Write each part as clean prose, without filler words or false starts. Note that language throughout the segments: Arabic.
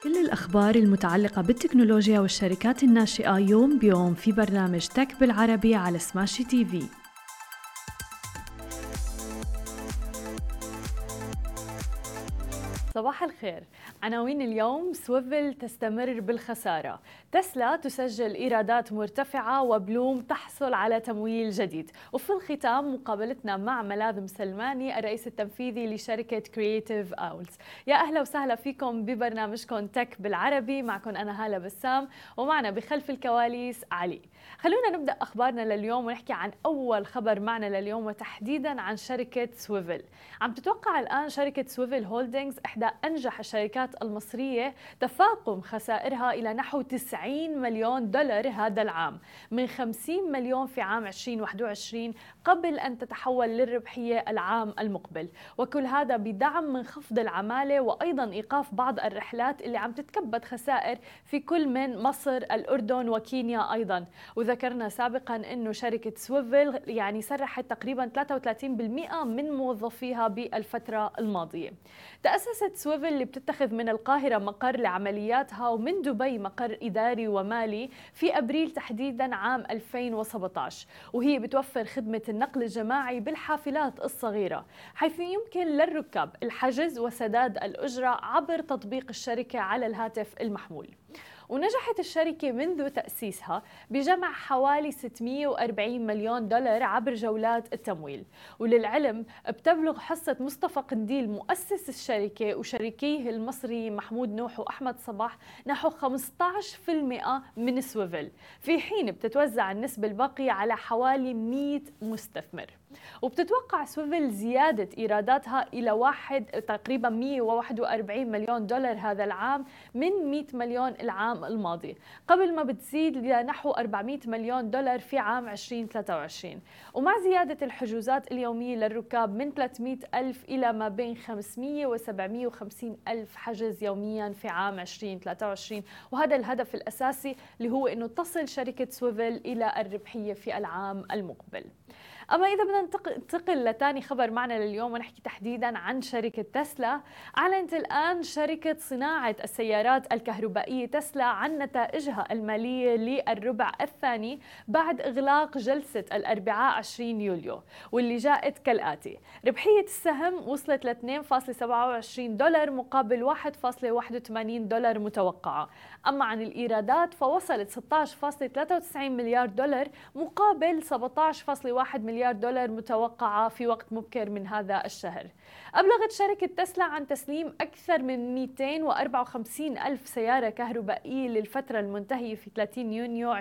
كل الأخبار المتعلقة بالتكنولوجيا والشركات الناشئة يوم بيوم في برنامج تك بالعربي على سماشي تي في. صباح الخير. عناوين اليوم: سويفل تستمر بالخسارة، تسلا تسجل إيرادات مرتفعة، وبلوم تحصل على تمويل جديد. وفي الختام مقابلتنا مع ملاذ مسلماني الرئيس التنفيذي لشركة كرييتيف أولز. يا أهلا وسهلا فيكم ببرنامجكم تك بالعربي. معكم أنا هالة بسام، ومعنا بخلف الكواليس علي. خلونا نبدأ أخبارنا لليوم ونحكي عن أول خبر معنا لليوم، وتحديدا عن شركة سويفل. عم تتوقع الآن شركة سويفل هولدينغز إحدى أنجح الشركات المصرية تفاقم خسائرها إلى نحو 90 مليون دولار هذا العام، من 50 مليون في عام 2021 قبل أن تتحول للربحية العام المقبل. وكل هذا بدعم من خفض العمالة، وأيضا إيقاف بعض الرحلات اللي عم تتكبد خسائر في كل من مصر، الأردن وكينيا أيضا. وذكرنا سابقا أنه شركة سويفل سرحت تقريبا 33% من موظفيها بالفترة الماضية. تأسست سويفل اللي بتتخذ من القاهرة مقر لعملياتها ومن دبي مقر إداري ومالي في أبريل تحديدا عام 2017، وهي بتوفر خدمة النقل الجماعي بالحافلات الصغيرة، حيث يمكن للركاب الحجز وسداد الأجرة عبر تطبيق الشركة على الهاتف المحمول. ونجحت الشركة منذ تأسيسها بجمع حوالي 640 مليون دولار عبر جولات التمويل. وللعلم بتبلغ حصة مصطفى قنديل مؤسس الشركة وشريكيه المصري محمود نوح وأحمد صباح نحو 15% من سويفل، في حين بتتوزع النسبة الباقية على حوالي 100 مستثمر. وبتتوقع سويفل زيادة إيراداتها إلى تقريبا 141 مليون دولار هذا العام من 100 مليون العام الماضي، قبل ما بتزيد لنحو 400 مليون دولار في عام 2023. ومع زيادة الحجوزات اليومية للركاب من 300 ألف إلى ما بين 500 و 750 ألف حجز يوميا في عام 2023. وهذا الهدف الأساسي اللي هو أنه تصل شركة سويفل إلى الربحية في العام المقبل. أما إذا بدنا ننتقل لثاني خبر معنا لليوم ونحكي تحديدا عن شركة تسلا. أعلنت الآن شركة صناعة السيارات الكهربائية تسلا عن نتائجها المالية للربع الثاني بعد إغلاق جلسة الأربعاء 20 يوليو، واللي جاءت كالآتي: ربحية السهم وصلت ل 2.27 دولار مقابل 1.81 دولار متوقعة. أما عن الإيرادات فوصلت 16.93 مليار دولار مقابل 17.1 مليار دولار متوقعة في وقت مبكر من هذا الشهر. أبلغت شركة تسلا عن تسليم أكثر من 254 ألف سيارة كهربائية للفترة المنتهية في 30 يونيو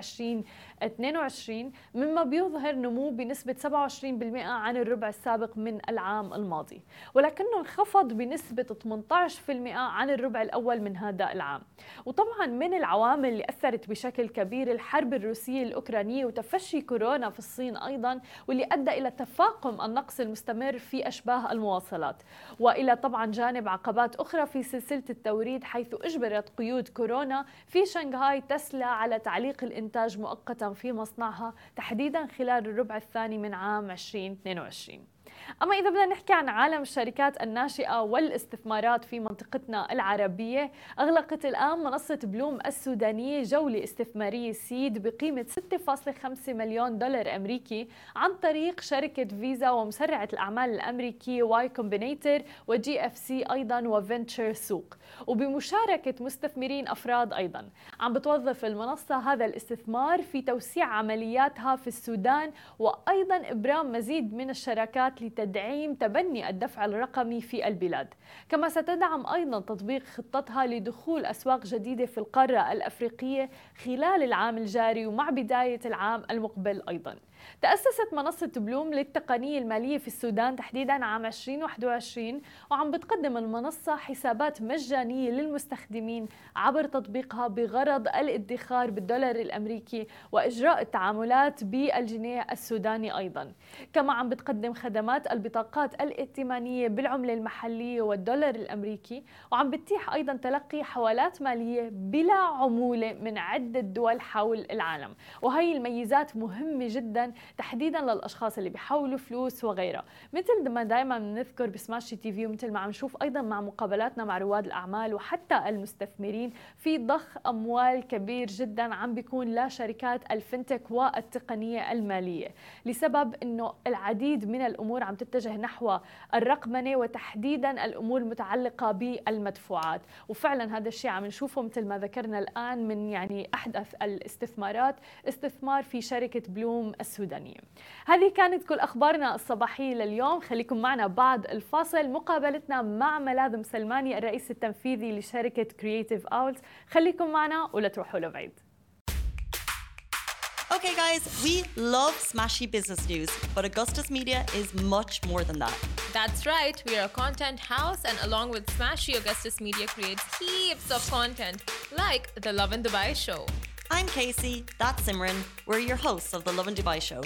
2022، مما بيظهر نمو بنسبة 27% عن الربع السابق من العام الماضي، ولكنه انخفض بنسبة 18% عن الربع الأول من هذا العام. وطبعا من العوامل اللي أثرت بشكل كبير الحرب الروسية الأوكرانية وتفشي كورونا في الصين أيضا، واللي أدى إلى تفاقم النقص المستمر في أشباه المواصلات، وإلى طبعا جانب عقبات أخرى في سلسلة التوريد، حيث أجبرت قيود كورونا في شنغهاي تسلا على تعليق الإنتاج مؤقتا في مصنعها تحديدا خلال الربع الثاني من عام 2022. أما إذا بدنا نحكي عن عالم الشركات الناشئة والاستثمارات في منطقتنا العربية، أغلقت الآن منصة بلوم السودانية جولة استثمارية سيد بقيمة 6.5 مليون دولار أمريكي عن طريق شركة فيزا ومسرعة الأعمال الأمريكي واي كومبينيتر وجي اف سي أيضا وفنتشر سوق، وبمشاركة مستثمرين أفراد أيضا. عم بتوظف المنصة هذا الاستثمار في توسيع عملياتها في السودان، وأيضا إبرام مزيد من الشراكات لتدعيم تبني الدفع الرقمي في البلاد. كما ستدعم أيضا تطبيق خطتها لدخول أسواق جديدة في القارة الأفريقية خلال العام الجاري ومع بداية العام المقبل أيضا. تأسست منصة بلوم للتقنية المالية في السودان تحديدا عام 2021، وعم بتقدم المنصة حسابات مجانية للمستخدمين عبر تطبيقها بغرض الادخار بالدولار الأمريكي وإجراء التعاملات بالجنيه السوداني أيضا. كما عم بتقدم خدمات البطاقات الائتمانية بالعملة المحلية والدولار الأمريكي، وعم بتتيح أيضا تلقي حوالات مالية بلا عمولة من عدة دول حول العالم. وهي الميزات مهمة جدا جدا تحديدا للاشخاص اللي بيحولوا فلوس وغيرها. مثل ما دائما بنذكر بسماشي تي في ومثل ما عم نشوف ايضا مع مقابلاتنا مع رواد الاعمال وحتى المستثمرين، في ضخ اموال كبير جدا عم بيكون لشركات الفنتك والتقنيه الماليه، لسبب انه العديد من الامور عم تتجه نحو الرقمنه وتحديدا الامور المتعلقه بالمدفوعات. وفعلا هذا الشيء عم نشوفه مثل ما ذكرنا الان من يعني احدث الاستثمارات، استثمار في شركه بلوم السودانيه. هذه كانت كل اخبارنا الصباحيه لليوم، خليكم معنا بعد الفاصل مقابلتنا مع ملاذ سلماني الرئيس التنفيذي لشركه كرييتيف اولز. خليكم معنا ولا تروحوا لبعيد. Okay guys, we love smashy business news, but Augustus Media is much more than that. That's right, we are a content house, and along with Smashy, Augustus Media creates heaps of content, like the Love in Dubai show. I'm Casey, that's Simran. We're your hosts of the Love in Dubai show.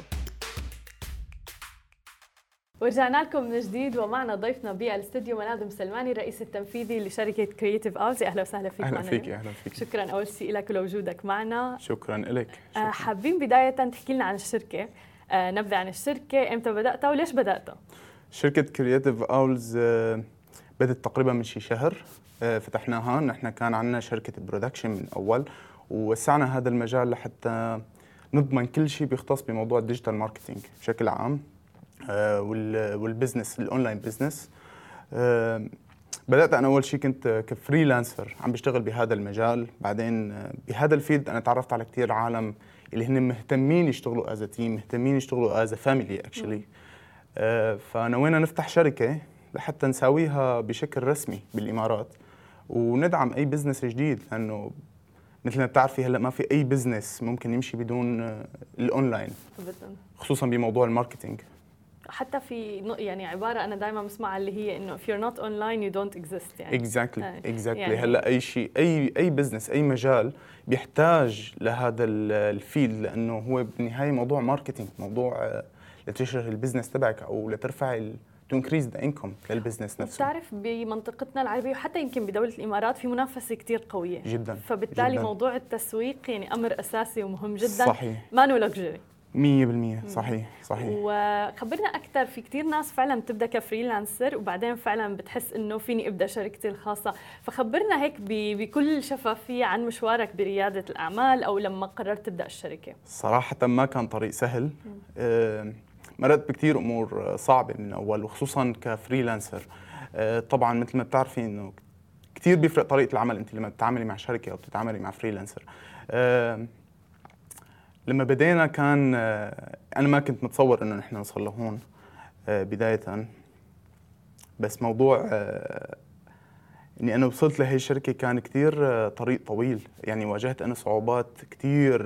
ورجعنا لكم من جديد ومعنا ضيفنا بالاستوديو ملاذ سلماني الرئيس التنفيذي لشركه كرييتيف اولز. اهلا وسهلا فيك اهلا معنا. فيك. اهلا فيك. شكرا اول شيء لك ولوجودك معنا. شكرا لك. حابين بدايه تحكي لنا عن الشركه، نبدا عن الشركه، امتى بداتها وليش بداتها؟ شركه كرييتيف اولز بدت تقريبا من شي شهر. فتحناها، نحن كان عندنا شركه برودكشن من اول، ووسعنا هذا المجال لحتى نضمن كل شيء بيختص بموضوع الديجيتال ماركتينج بشكل عام والبزنس الاونلاين بزنس. بدات انا اول شيء كنت كفريلانسر عم بشتغل بهذا المجال، بعدين بهذا الفيلد انا تعرفت على كثير عالم اللي هن مهتمين يشتغلوا از تيم، مهتمين يشتغلوا از فاميلي اكشلي. فنوينا نفتح شركه لحتى نساويها بشكل رسمي بالامارات وندعم اي بزنس جديد، لانه مثل ما بتعرفي هلا ما في اي بزنس ممكن يمشي بدون الاونلاين، خصوصا بموضوع الماركتينج. حتى في يعني عباره انا دائما بسمعها اللي هي انه if you're not online you don't exist يعني. exactly. يعني هلا اي شيء، اي بزنس، اي مجال بيحتاج لهذا الفيلد، لانه هو بالنهايه موضوع ماركتينج، موضوع لتشهر البزنس تبعك او لترفع to increase the income للبزنس نفسه. بتعرف بمنطقتنا العربية وحتى يمكن بدولة الإمارات في منافسة كتير قوية جدا، فبالتالي جداً. موضوع التسويق يعني أمر أساسي ومهم جدا. صحيح. ما نو لكجري 100%. صحيح. وخبرنا أكثر، في كتير ناس فعلا بتبدأ كفريلانسر وبعدين فعلا بتحس إنه فيني أبدأ شركتي الخاصة، فخبرنا هيك بكل شفافية عن مشوارك بريادة الأعمال أو لما قررت تبدأ الشركة. صراحة ما كان طريق سهل. مرت بكثير امور صعبه من اول، وخصوصا كفريلانسر. طبعا مثل ما بتعرفي انه كثير بيفرق طريقه العمل انت لما بتتعاملي مع شركه او بتتعاملي مع فريلانسر. لما بدينا كان انا ما كنت متصور انه نحن نوصل لهون بدايه، بس موضوع اني انا وصلت لهي الشركه كان كثير طريق طويل، يعني واجهت انا صعوبات كثير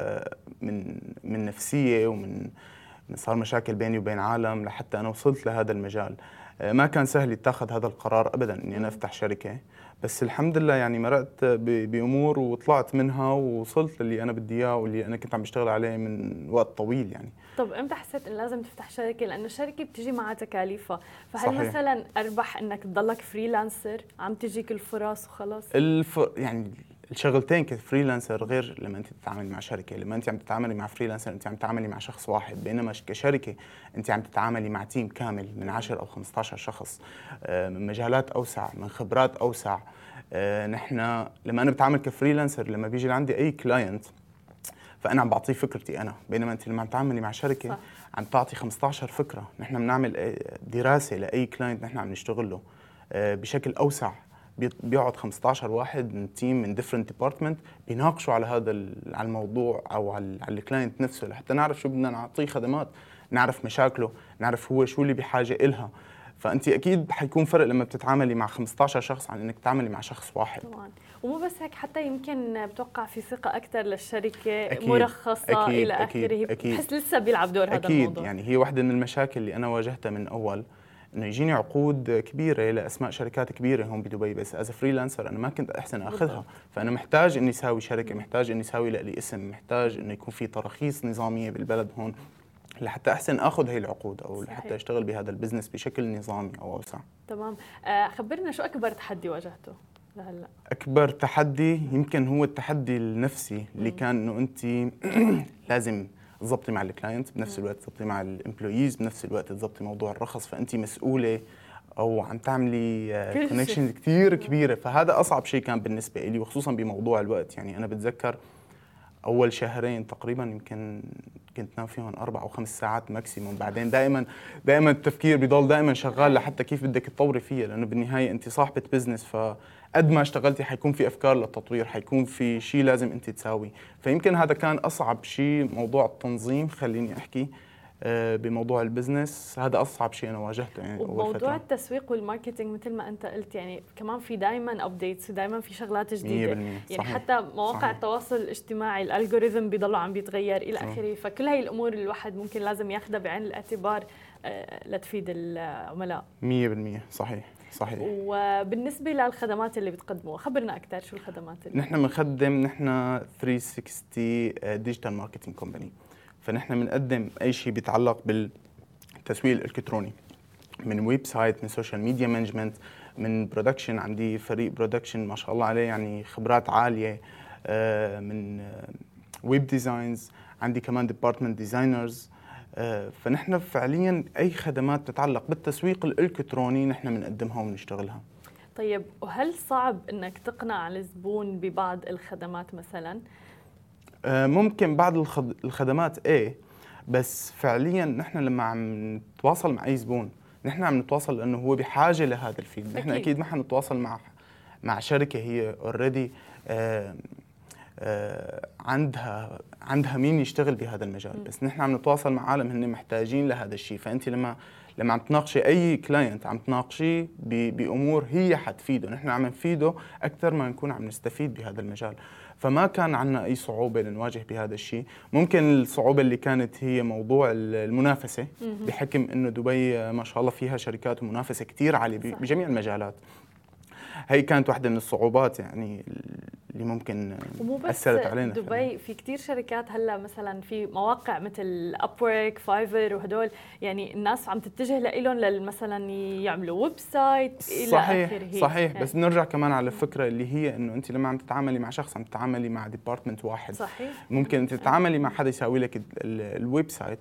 من نفسيه ومن صار مشاكل بيني وبين عالم لحتى أنا وصلت لهذا المجال. ما كان سهل يتخذ هذا القرار أبداً إني أنا أفتح شركة، بس الحمد لله يعني مرقت بأمور وطلعت منها ووصلت للي أنا بدي إياه واللي أنا كنت عم بشتغل عليه من وقت طويل يعني. طب إمتى حسيت إن لازم تفتح شركة؟ لأنه الشركة بتجي معها تكاليفها، فهل صحيح. مثلاً أربح إنك تضلك فريلانسر عم تجيك الفرص وخلاص؟ يعني الشغلتين كفريلانسر غير لما انت تتعاملي مع شركه. لما انت عم تتعاملي مع فريلانسر انت عم تتعاملي مع شخص واحد، بينما كشركه انت عم تتعاملي مع تيم كامل من 10 او 15 شخص، من مجالات اوسع، من خبرات اوسع. نحن لما انا بتعامل كفريلانسر، لما بيجي لعندي اي كلاينت فانا عم بعطيه فكرتي انا، بينما انت لما عم تتعاملي مع شركه صح. عم تعطي 15 فكره. نحن بنعمل دراسه لاي كلاينت نحن عم نشتغل له بشكل اوسع، بيقعد 15 واحد من تيم من different department بيناقشوا على هذا على الموضوع او على الكلاينت نفسه، لحتى نعرف شو بدنا نعطيه خدمات، نعرف مشاكله، نعرف هو شو اللي بحاجه إلها. فانت اكيد حيكون فرق لما بتتعاملي مع 15 شخص عن انك تتعاملي مع شخص واحد. طبعا. ومو بس هيك، حتى يمكن بتوقع في ثقه اكثر للشركه، أكيد. مرخصه أكيد. الى اخره، أكيد. بحس لسه بيلعب دور هذا الموضوع. اكيد. يعني هي واحدة من المشاكل اللي انا واجهتها من اول، انه يجيني عقود كبيره لاسماء شركات كبيره هون بدبي، بس از فريلانسر انا ما كنت احسن اخذها. فانا محتاج اني اساوي شركه، محتاج اني اساوي لي اسم، محتاج انه يكون في تراخيص نظاميه بالبلد هون لحتى احسن اخذ هي العقود او صحيح. لحتى اشتغل بهذا البزنس بشكل نظامي او اوسع. تمام. خبرنا شو اكبر تحدي واجهته لهلا؟ اكبر تحدي يمكن هو التحدي النفسي اللي كان انه انت لازم تظبطي مع الكلاينت، بنفس الوقت تظبطي مع الامبلويز، بنفس الوقت تظبطي موضوع الرخص، فانت مسؤوله او عم تعملي كونكشنز كثير كبيره. فهذا اصعب شيء كان بالنسبه لي، وخصوصا بموضوع الوقت. يعني انا بتذكر اول شهرين تقريبا يمكن كنت نام فيهم 4 أو 5 ساعات ماكسيموم. بعدين دائما التفكير بيضل دائما شغال لحتى كيف بدك تطوري فيها، لانه بالنهايه انت صاحبه بزنس، فقد ما اشتغلتي حيكون في افكار للتطوير، حيكون في شيء لازم انت تساوي. فيمكن هذا كان اصعب شيء، موضوع التنظيم. خليني احكي بموضوع البزنس هذا اصعب شيء انا واجهته يعني. وموضوع التسويق والماركتينج مثل ما انت قلت، يعني كمان في دائما ابديتس ودائما في شغلات جديده. يعني صحيح. حتى مواقع التواصل الاجتماعي الالجوريثم بيضلوا عم بيتغير الى اخره. فكل هاي الامور الواحد ممكن لازم ياخذها بعين الاعتبار لتفيد العملاء. 100% صحيح. وبالنسبه للخدمات اللي بتقدموها، خبرنا اكثر شو الخدمات اللي نحن بنقدم. نحن 360 ديجيتال ماركتينج كومباني، فنحن بنقدم اي شيء بيتعلق بالتسويق الالكتروني، من ويب سايت، من سوشيال ميديا مانجمنت، من برودكشن. عندي فريق برودكشن ما شاء الله عليه يعني خبرات عاليه، من ويب ديزاينز، عندي كمان ديبارتمنت ديزاينرز. فنحن فعليا اي خدمات تتعلق بالتسويق الالكتروني نحن بنقدمها وبنشتغلها. طيب، وهل صعب انك تقنع الزبون ببعض الخدمات مثلا؟ ممكن بعض الخدمات بس فعليا نحن لما عم نتواصل مع اي زبون نحن عم نتواصل لانه هو بحاجه لهذا الفيلد. نحن اكيد ما حنتواصل مع شركه هي اوريدي عندها مين يشتغل بهذا المجال، بس نحن عم نتواصل مع عالم هن محتاجين لهذا الشيء. فانت لما عم تناقشي اي كلاينت عم تناقشيه بامور هي حتفيده، نحن عم نفيده اكثر ما نكون عم نستفيد بهذا المجال. فما كان عندنا اي صعوبه لنواجه بهذا الشيء. ممكن الصعوبه اللي كانت هي موضوع المنافسه، بحكم انه دبي ما شاء الله فيها شركات ومنافسه كثير عاليه بجميع المجالات. هي كانت واحدة من الصعوبات يعني اللي ممكن أثرت علينا. دبي في كتير شركات هلا، مثلا في مواقع مثل أبورك، فايفر وهدول، يعني الناس عم تتجه لهم مثلا يعملوا ويب سايت إلى آخره. صحيح. بس بنرجع كمان على الفكرة اللي هي إنه أنت لما عم تتعاملي مع شخص عم تتعاملي مع ديبارتمنت واحد. صحيح. ممكن أنت تتعاملي مع حدا يساوي لك الويب سايت،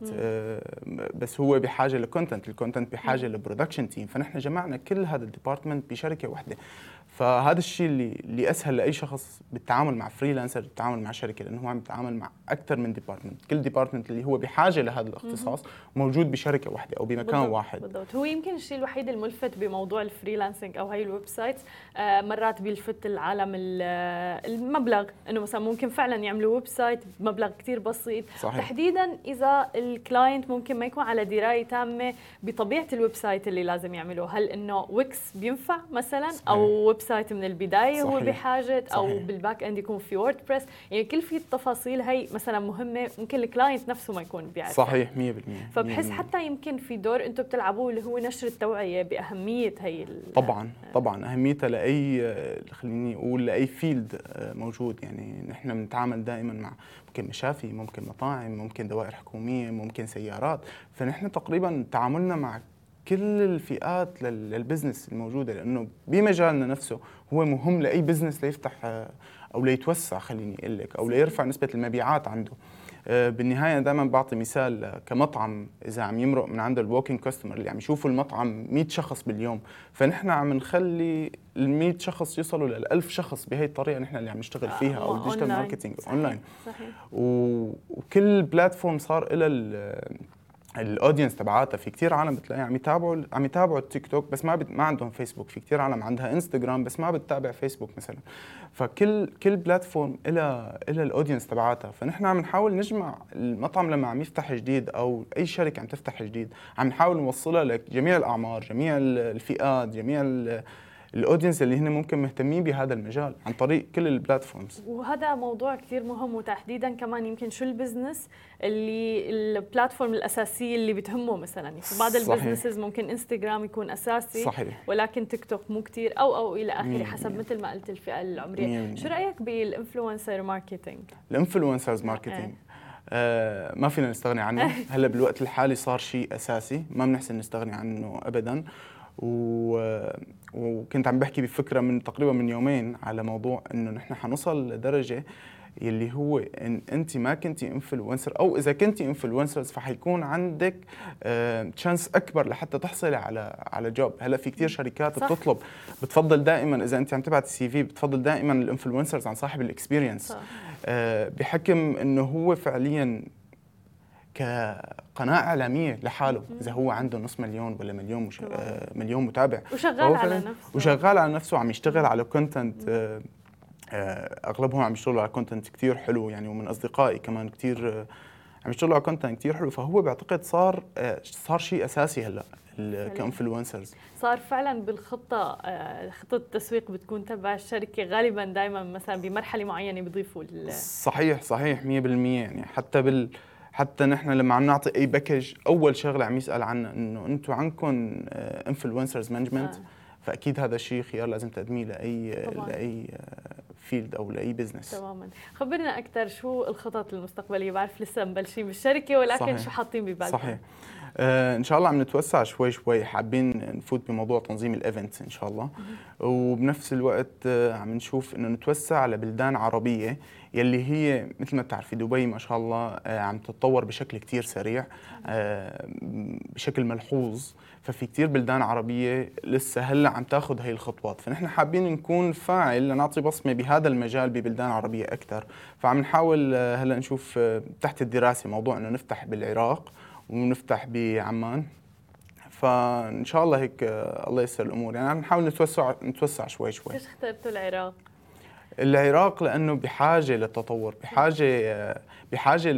بس هو بحاجة لكونتنت، الكونتنت بحاجة لبرودكشن تيم. فنحن جمعنا كل هذا الديبارتمنت بشركة واحدة. فهذا الشيء اللي اسهل لاي شخص بالتعامل مع فريلانسر، بالتعامل مع شركه، لانه هو عم يتعامل مع اكثر من ديبارتمنت. كل ديبارتمنت اللي هو بحاجه لهذا الاختصاص موجود بشركه واحده او بمكان واحد. بالضبط. هو يمكن الشيء الوحيد الملفت بموضوع الفريلانسنج او هاي الويب سايت، مرات بيلفت العالم المبلغ، انه مثلا ممكن فعلا يعملوا ويب سايت بمبلغ كثير بسيط. صحيح. تحديدا اذا الكلاينت ممكن ما يكون على درايه تامه بطبيعه الويب سايت اللي لازم يعملوه. هل انه ويكس بينفع مثلا؟ صحيح. او ويب سايت من البدايه هو بحاجه، او صحيح. بالباك اند يكون في ووردبريس. يعني كل في التفاصيل هي مثلا مهمه، ممكن الكلاينت نفسه ما يكون بيعرف. صحيح 100%. فبحس حتى يمكن في دور انتم بتلعبوه اللي هو نشر التوعيه باهميه هي طبعا اهميتها لاي، خليني اقول لاي فيلد موجود. يعني نحن بنتعامل دائما مع ممكن مشافي، ممكن مطاعم، ممكن دوائر حكوميه، ممكن سيارات. فنحن تقريبا تعاملنا مع كل الفئات للبزنس الموجوده، لانه بمجالنا نفسه هو مهم لاي بزنس ليفتح او ليتوسع، خليني اقول لك، او ليرفع نسبه المبيعات عنده. بالنهايه دائما بعطي مثال كمطعم، اذا عم يمرق من عنده الووكينج كاستمر اللي عم يشوفوا المطعم 100 شخص باليوم، فنحن عم نخلي ال 100 شخص يوصلوا ل 1000 شخص بهي الطريقه نحن اللي عم نشتغل فيها، او الديجيتال ماركتينج اونلاين. صحيح. وكل بلاتفورم صار لها الاودينس تبعاتها. في كثير عالم بتلاقي عم يتابعوا التيك توك بس ما عندهم فيسبوك. في كثير عالم عندها انستغرام بس ما بتتابع فيسبوك مثلا. فكل بلاتفورم لها الاودينس تبعاتها. فنحن عم نحاول نجمع المطعم لما عم يفتح جديد، او اي شركه عم تفتح جديد، عم نحاول نوصلها لجميع الاعمار، جميع الفئات، جميع الاودينس اللي هن ممكن مهتمين بهذا المجال عن طريق كل البلاتفورمز. وهذا موضوع كثير مهم، وتحديدا كمان يمكن شو البزنس اللي البلاتفورم الاساسيه اللي بتهمه. مثلا في بعض البزنسز ممكن انستغرام يكون اساسي، صحيح. ولكن تيك توك مو كثير، او الى اخره، حسب مثل ما قلت الفئه العمريه. شو رايك بالانفلونسر ماركتينج؟ الانفلونسرز ماركتينج ما فينا نستغني عنه. هلا بالوقت الحالي صار شيء اساسي، ما بنحسن نستغني عنه ابدا. وكنت عم بحكي بفكرة من تقريبا من يومين على موضوع إنه نحن حنوصل لدرجة يلي هو إن أنت ما كنتي انفلونسر، أو إذا كنتي انفلونسرز فحيكون عندك تشانس أكبر لحتى تحصلي على جوب. هلا في كتير شركات صح. بتفضل دائما إذا أنت عم تبعت CV بتفضل دائما الانفلونسرز عن صاحب الإكسبيرينس، بحكم إنه هو فعليا كقناة إعلامية لحاله. إذا هو عنده نص مليون ولا مليون متابع وشغال على نفسه عم يشتغل على كونتنت، اغلبهم عم يشتغلوا على كونتنت كثير حلو يعني، ومن اصدقائي كمان كثير عم يشتغلوا على كونتنت كثير حلو. فهو بعتقد صار شيء اساسي هلا كانفلونسرز. صار فعلا بالخطه خطه التسويق بتكون تبع الشركه غالبا دائما مثلا بمرحله معينه بيضيفوا صحيح 100% يعني. حتى نحن لما عم نعطي اي باكج اول شغله عم يسال عنا انه انتم عندكم انفلونسرز مانجمنت، فاكيد هذا الشيء خيار لازم تقدميه لاي فيلد او لاي بزنس. تماما. خبرنا اكثر شو الخطط المستقبليه؟ بعرف لسه مبلشين بالشركه ولكن صحيح. شو حاطين ببالكم؟ صحيح. ان شاء الله عم نتوسع شوي، حابين نفوت بموضوع تنظيم الايفنتس ان شاء الله، وبنفس الوقت عم نشوف انه نتوسع على بلدان عربيه يلي هي مثل ما بتعرفي دبي ما شاء الله عم تتطور بشكل كتير سريع بشكل ملحوظ. ففي كتير بلدان عربية لسه هلا عم تاخذ هاي الخطوات، فنحن حابين نكون فاعل لنعطي بصمة بهذا المجال ببلدان عربية أكثر. فعم نحاول هلا نشوف تحت الدراسة موضوع إنه نفتح بالعراق ونفتح بعمان، فإن شاء الله هيك الله ييسر الأمور يعني. عم نحاول نتوسع شوي. ليش اخترتوا العراق؟ العراق لأنه بحاجة للتطور، بحاجة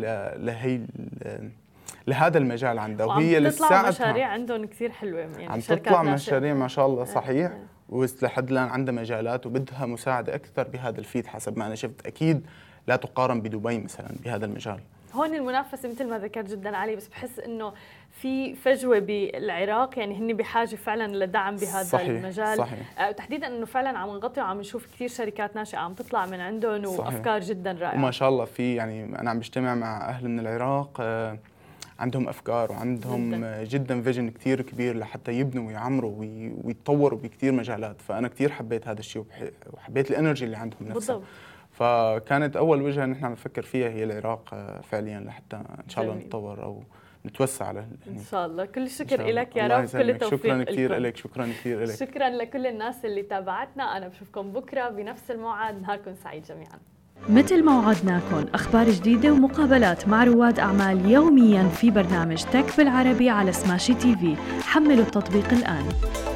لهذا المجال عنده، وهي لسه مشاريع عندهم كثير حلوه يعني، عم تطلع مشاريع ما شاء الله. صحيح. ولحد الان عندها مجالات وبدها مساعده اكثر بهذا الفيد حسب ما انا شفت. اكيد لا تقارن بدبي مثلا بهذا المجال. هون المنافسه مثل ما ذكرت جدا عاليه، بس بحس انه في فجوه بالعراق يعني، هن بحاجه فعلا لدعم بهذا صحيح. المجال صحيح. تحديدا انه فعلا عم نغطي وعم نشوف كثير شركات ناشئه عم تطلع من عندهم وافكار جدا رائعه. وما شاء الله في يعني انا عم بجتمع مع اهل من العراق عندهم افكار وعندهم جدا فيجن كثير كبير لحتى يبنوا ويعمروا ويتطوروا بكثير مجالات. فانا كثير حبيت هذا الشيء وحبيت الانرجي اللي عندهم نفسها. بالضبط. فكانت اول وجهه نحن عم نفكر فيها هي العراق فعليا، لحتى ان شاء الله نتطور او نتوسع على ان شاء الله. كل الشكر لك يا رب، كل التوفيق. شكرا كثير لك. شكرا كثير لك. شكرا لكل الناس اللي تابعتنا. انا بشوفكم بكره بنفس الموعد. نهاركم سعيد جميعا. مثل ما وعدناكم أخبار جديدة ومقابلات مع رواد أعمال يومياً في برنامج تك بالعربي على سماشي TV. حملوا التطبيق الآن.